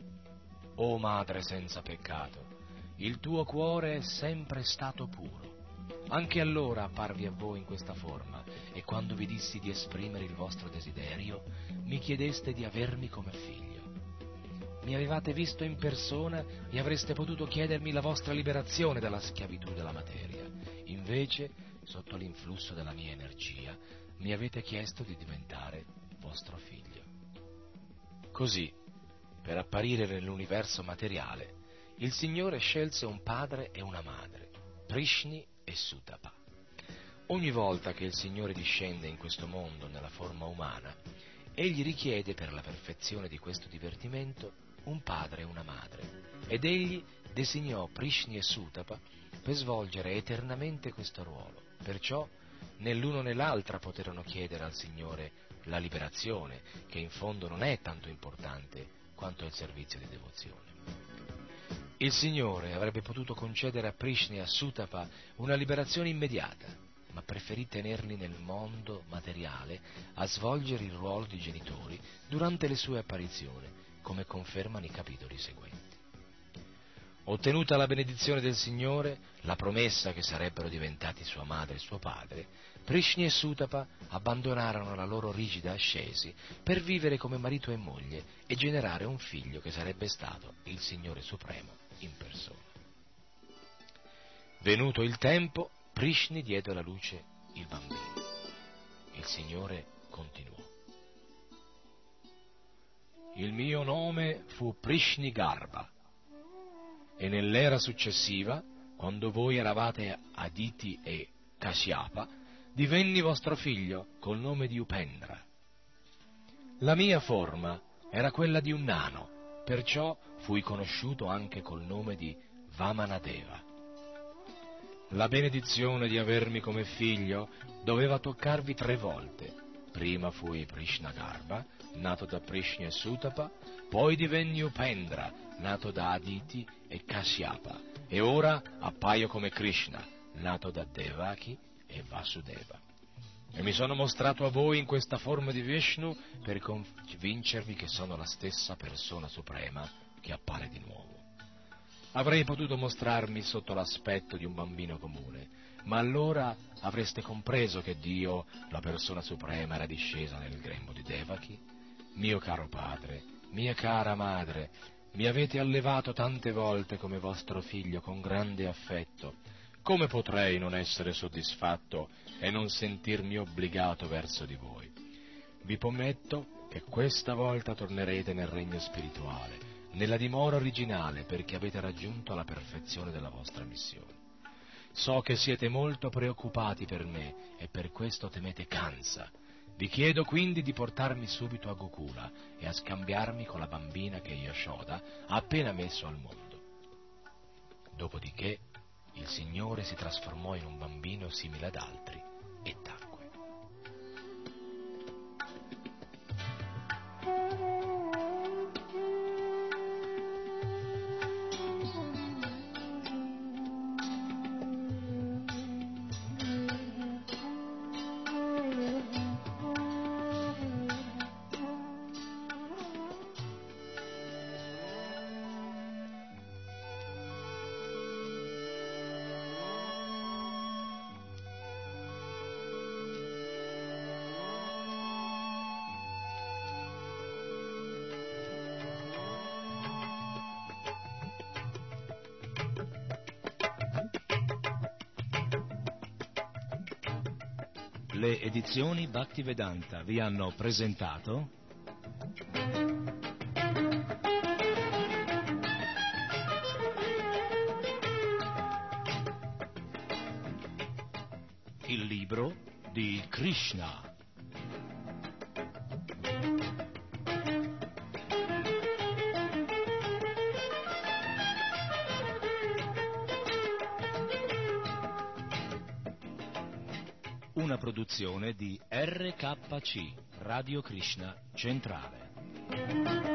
O Madre senza peccato, il tuo cuore è sempre stato puro. Anche allora apparvi a voi in questa forma, e quando vi dissi di esprimere il vostro desiderio, mi chiedeste di avermi come figlio. Mi avevate visto in persona e avreste potuto chiedermi la vostra liberazione dalla schiavitù della materia. Invece, sotto l'influsso della mia energia, mi avete chiesto di diventare vostro figlio. Così, per apparire nell'universo materiale, il Signore scelse un padre e una madre, Prishni e Suttapa. Ogni volta che il Signore discende in questo mondo nella forma umana, egli richiede per la perfezione di questo divertimento un padre e una madre, ed egli designò Prishni e Suttapa per svolgere eternamente questo ruolo. Perciò né l'uno né l'altra poterono chiedere al Signore la liberazione, che in fondo non è tanto importante quanto il servizio di devozione. Il Signore avrebbe potuto concedere a Prishni e a Suttapa una liberazione immediata, ma preferì tenerli nel mondo materiale a svolgere il ruolo di genitori durante le sue apparizioni, come confermano i capitoli seguenti. Ottenuta la benedizione del Signore, la promessa che sarebbero diventati sua madre e suo padre, Prishni e Sutapa abbandonarono la loro rigida ascesi per vivere come marito e moglie e generare un figlio che sarebbe stato il Signore Supremo in persona. Venuto il tempo, Prishni diede alla luce il bambino. Il Signore continuò. Il mio nome fu Prishnigarbha e nell'era successiva, quando voi eravate Aditi e Kashyapa, divenni vostro figlio col nome di Upendra. La mia forma era quella di un nano, perciò fui conosciuto anche col nome di Vamanadeva. La benedizione di avermi come figlio doveva toccarvi 3 volte. Prima fui Prishnagarbha, nato da Prishni e Sutapa, poi divenni Upendra, nato da Aditi e Kashyapa, e ora appaio come Krishna, nato da Devaki e Vasudeva. E mi sono mostrato a voi in questa forma di Vishnu per convincervi che sono la stessa persona suprema che appare di nuovo. Avrei potuto mostrarmi sotto l'aspetto di un bambino comune, ma allora avreste compreso che Dio, la persona suprema, era discesa nel grembo di Devaki. Mio caro padre, mia cara madre, mi avete allevato tante volte come vostro figlio con grande affetto. Come potrei non essere soddisfatto e non sentirmi obbligato verso di voi? Vi prometto che questa volta tornerete nel regno spirituale, nella dimora originale, perché avete raggiunto la perfezione della vostra missione. So che siete molto preoccupati per me e per questo temete Kansa. Vi chiedo quindi di portarmi subito a Gokula e a scambiarmi con la bambina che Yashoda ha appena messo al mondo. Dopodiché il Signore si trasformò in un bambino simile ad altri e tacque. Le edizioni Bhaktivedanta vi hanno presentato il libro di Krishna. Una produzione di RKC, Radio Krishna Centrale.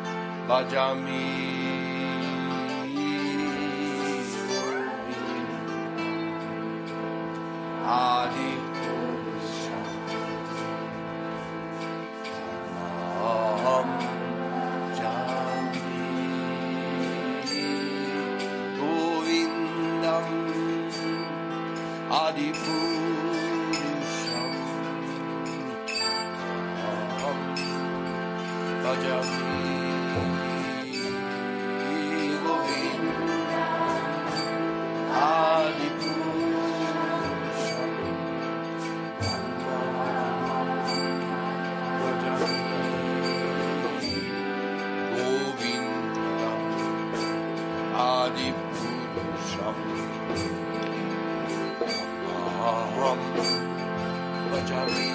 Bhajami Adipurusham Bhajami Govinda Adipurusham Bhajami Govinda Adipurusham Aham Bhajami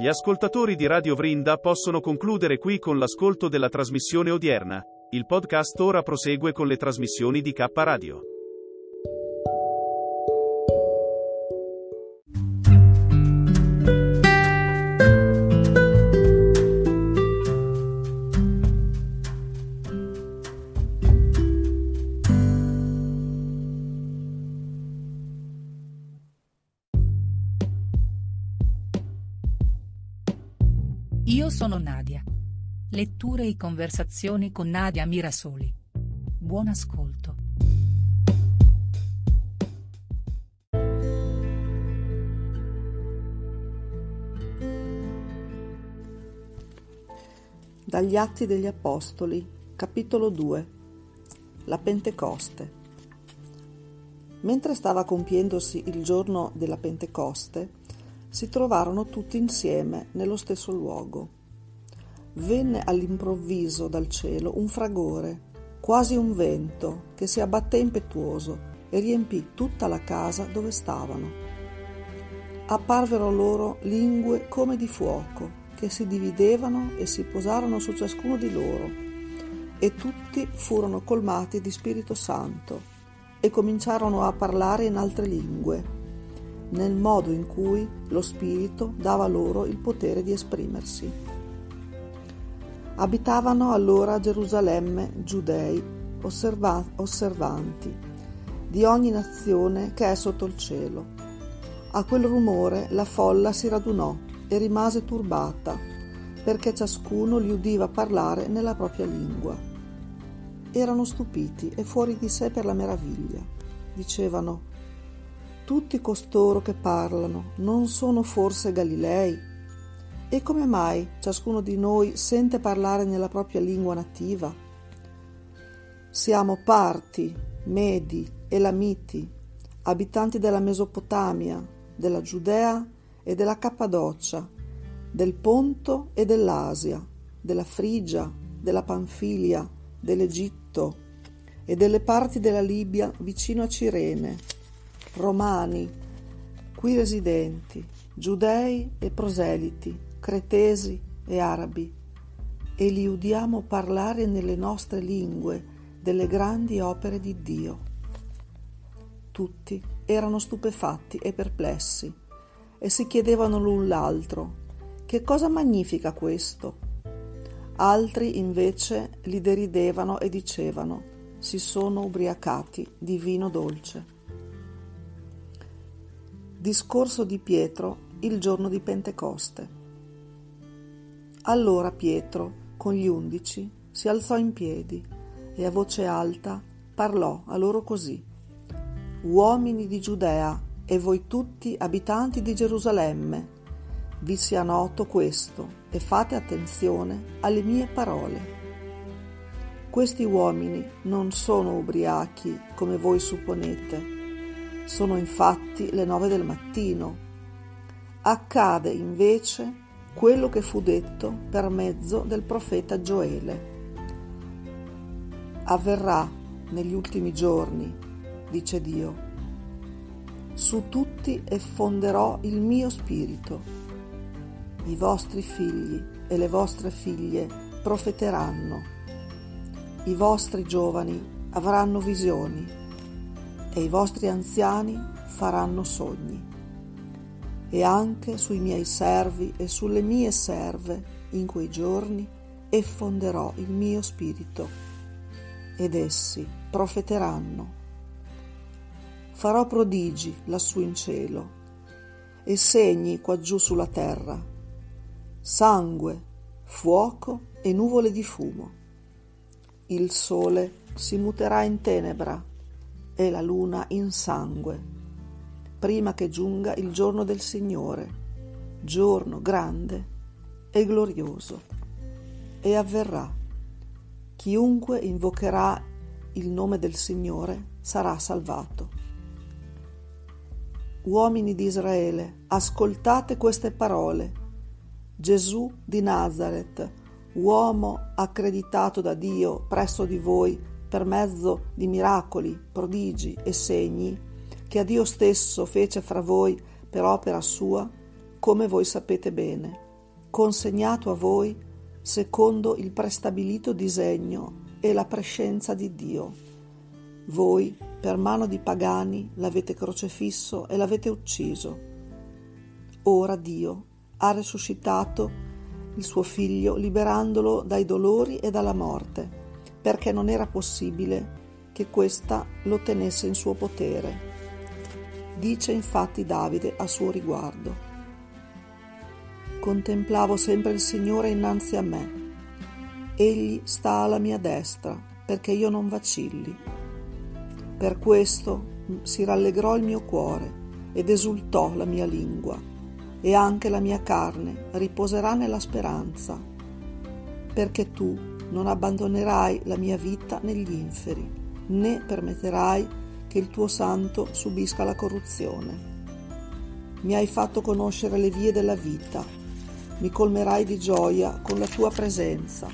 Gli ascoltatori di Radio Vrinda possono concludere qui con l'ascolto della trasmissione odierna. Il podcast ora prosegue con le trasmissioni di K Radio. Io sono Nadia. Letture e conversazioni con Nadia Mirasoli. Buon ascolto. Dagli Atti degli Apostoli, capitolo 2. La Pentecoste. Mentre stava compiendosi il giorno della Pentecoste, si trovarono tutti insieme nello stesso luogo. Venne all'improvviso dal cielo un fragore, quasi un vento, che si abbatté impetuoso e riempì tutta la casa dove stavano. Apparvero loro lingue come di fuoco, che si dividevano e si posarono su ciascuno di loro, e tutti furono colmati di Spirito Santo e cominciarono a parlare in altre lingue, nel modo in cui lo Spirito dava loro il potere di esprimersi. Abitavano allora a Gerusalemme giudei osservanti di ogni nazione che è sotto il cielo. A quel rumore la folla si radunò e rimase turbata, perché ciascuno li udiva parlare nella propria lingua. Erano stupiti e fuori di sé per la meraviglia. Dicevano: tutti costoro che parlano non sono forse Galilei? E come mai ciascuno di noi sente parlare nella propria lingua nativa? Siamo Parti, Medi, Elamiti, abitanti della Mesopotamia, della Giudea e della Cappadocia, del Ponto e dell'Asia, della Frigia, della Panfilia, dell'Egitto e delle parti della Libia vicino a Cirene, Romani, qui residenti, giudei e proseliti, cretesi e arabi, e li udiamo parlare nelle nostre lingue delle grandi opere di Dio. Tutti erano stupefatti e perplessi e si chiedevano l'un l'altro: che cosa magnifica questo? Altri invece li deridevano e dicevano: si sono ubriacati di vino dolce. Discorso di Pietro il giorno di Pentecoste. Allora Pietro, con gli 11, si alzò in piedi e a voce alta parlò a loro così: uomini di Giudea e voi tutti abitanti di Gerusalemme, vi sia noto questo e fate attenzione alle mie parole. Questi uomini non sono ubriachi come voi supponete. Sono infatti le 9 del mattino. Accade invece quello che fu detto per mezzo del profeta Gioele. Avverrà negli ultimi giorni, dice Dio, su tutti effonderò il mio spirito. I vostri figli e le vostre figlie profeteranno. I vostri giovani avranno visioni e i vostri anziani faranno sogni. E anche sui miei servi e sulle mie serve in quei giorni effonderò il mio spirito, ed essi profeteranno. Farò prodigi lassù in cielo e segni quaggiù sulla terra, sangue, fuoco e nuvole di fumo. Il sole si muterà in tenebra e la luna in sangue, prima che giunga il giorno del Signore, giorno grande e glorioso. E avverrà: chiunque invocherà il nome del Signore sarà salvato. Uomini di Israele, ascoltate queste parole. Gesù di Nazaret, uomo accreditato da Dio presso di voi per mezzo di miracoli, prodigi e segni, che a Dio stesso fece fra voi per opera sua, come voi sapete bene. consegnato a voi secondo il prestabilito disegno e la prescienza di Dio. Voi, per mano di pagani, l'avete crocefisso e l'avete ucciso. Ora Dio ha risuscitato il suo Figlio, liberandolo dai dolori e dalla morte, perché non era possibile che questa lo tenesse in suo potere. Dice infatti Davide a suo riguardo: contemplavo sempre il Signore innanzi a me. Egli sta alla mia destra, perché io non vacilli. Per questo si rallegrò il mio cuore ed esultò la mia lingua, e anche la mia carne riposerà nella speranza, perché tu non abbandonerai la mia vita negli inferi, né permetterai che il tuo santo subisca la corruzione. Mi hai fatto conoscere le vie della vita, mi colmerai di gioia con la tua presenza.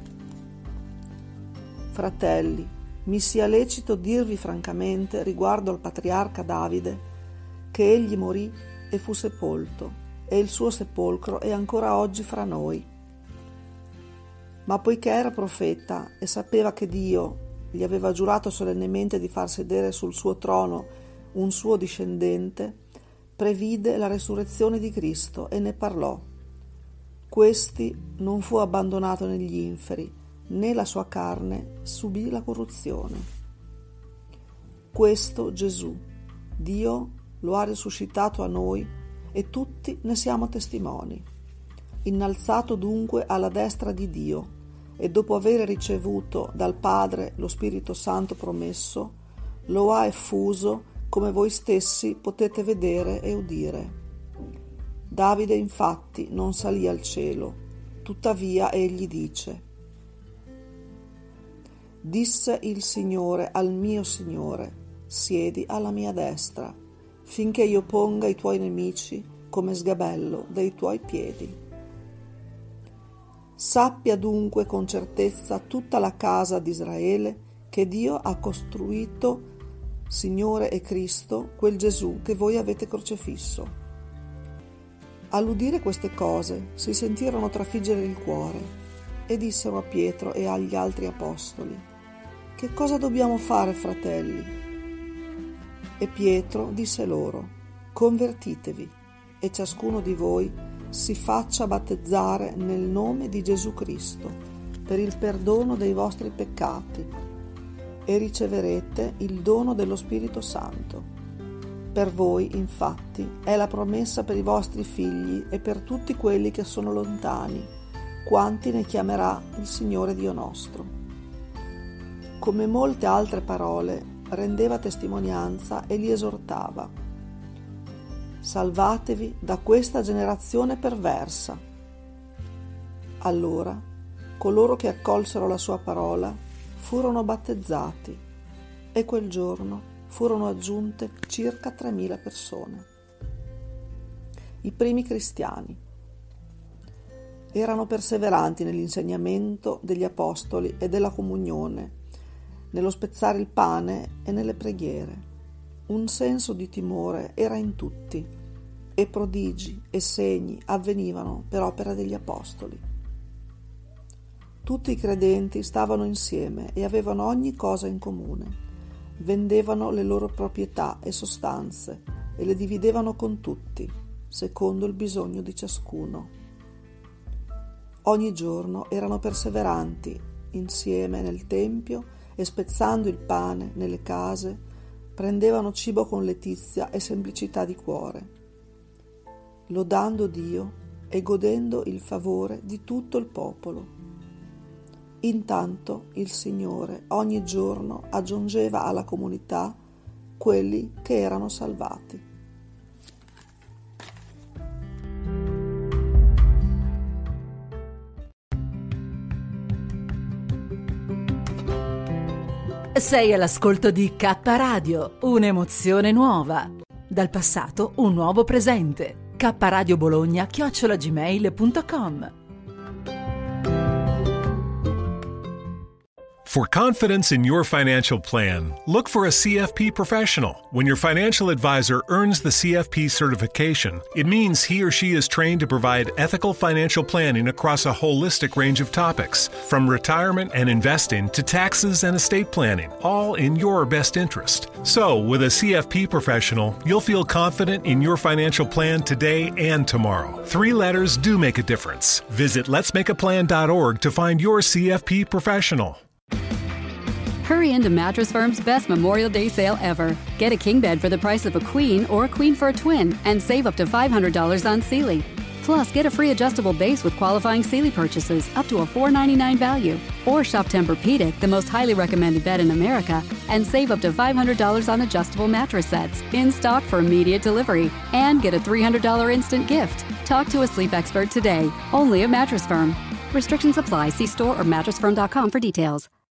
Fratelli, mi sia lecito dirvi francamente riguardo al patriarca Davide che egli morì e fu sepolto, e il suo sepolcro è ancora oggi fra noi. Ma poiché era profeta e sapeva che Dio gli aveva giurato solennemente di far sedere sul suo trono un suo discendente, previde la resurrezione di Cristo e ne parlò. Questi non fu abbandonato negli inferi, né la sua carne subì la corruzione. Questo Gesù, Dio lo ha risuscitato a noi e tutti ne siamo testimoni. Innalzato dunque alla destra di Dio, e dopo aver ricevuto dal Padre lo Spirito Santo promesso, lo ha effuso come voi stessi potete vedere e udire. Davide infatti non salì al cielo, tuttavia egli dice: disse il Signore al mio Signore, siedi alla mia destra, finché io ponga i tuoi nemici come sgabello dei tuoi piedi. Sappia dunque con certezza tutta la casa di Israele che Dio ha costruito Signore e Cristo, quel Gesù che voi avete crocifisso. All'udire queste cose si sentirono trafiggere il cuore e dissero a Pietro e agli altri apostoli: che cosa dobbiamo fare, fratelli? E Pietro disse loro: convertitevi e ciascuno di voi si faccia battezzare nel nome di Gesù Cristo per il perdono dei vostri peccati e riceverete il dono dello Spirito Santo. Per voi, infatti, è la promessa per i vostri figli e per tutti quelli che sono lontani, quanti ne chiamerà il Signore Dio nostro. Come molte altre parole, rendeva testimonianza e li esortava: salvatevi da questa generazione perversa. Allora coloro che accolsero la sua parola furono battezzati e quel giorno furono aggiunte circa 3.000 persone. I primi cristiani erano perseveranti nell'insegnamento degli apostoli e della comunione, nello spezzare il pane e nelle preghiere. Un senso di timore era in tutti, e prodigi e segni avvenivano per opera degli apostoli. Tutti i credenti stavano insieme e avevano ogni cosa in comune. Vendevano le loro proprietà e sostanze e le dividevano con tutti, secondo il bisogno di ciascuno. Ogni giorno erano perseveranti insieme nel tempio e spezzando il pane nelle case prendevano cibo con letizia e semplicità di cuore, lodando Dio e godendo il favore di tutto il popolo. Intanto il Signore ogni giorno aggiungeva alla comunità quelli che erano salvati. Sei all'ascolto di K Radio, un'emozione nuova. Dal passato un nuovo presente. kradiobologna@gmail.com. For confidence in your financial plan, look for a CFP professional. When your financial advisor earns the CFP certification, it means he or she is trained to provide ethical financial planning across a holistic range of topics, from retirement and investing to taxes and estate planning, all in your best interest. So, with a CFP professional, you'll feel confident in your financial plan today and tomorrow. 3 letters do make a difference. Visit letsmakeaplan.org to find your CFP professional. Hurry into Mattress Firm's best Memorial Day sale ever. Get a king bed for the price of a queen or a queen for a twin and save up to $500 on Sealy. Plus, get a free adjustable base with qualifying Sealy purchases up to a $499 value. Or shop Tempur-Pedic, the most highly recommended bed in America, and save up to $500 on adjustable mattress sets in stock for immediate delivery. And get a $300 instant gift. Talk to a sleep expert today, only at Mattress Firm. Restrictions apply. See store or mattressfirm.com for details.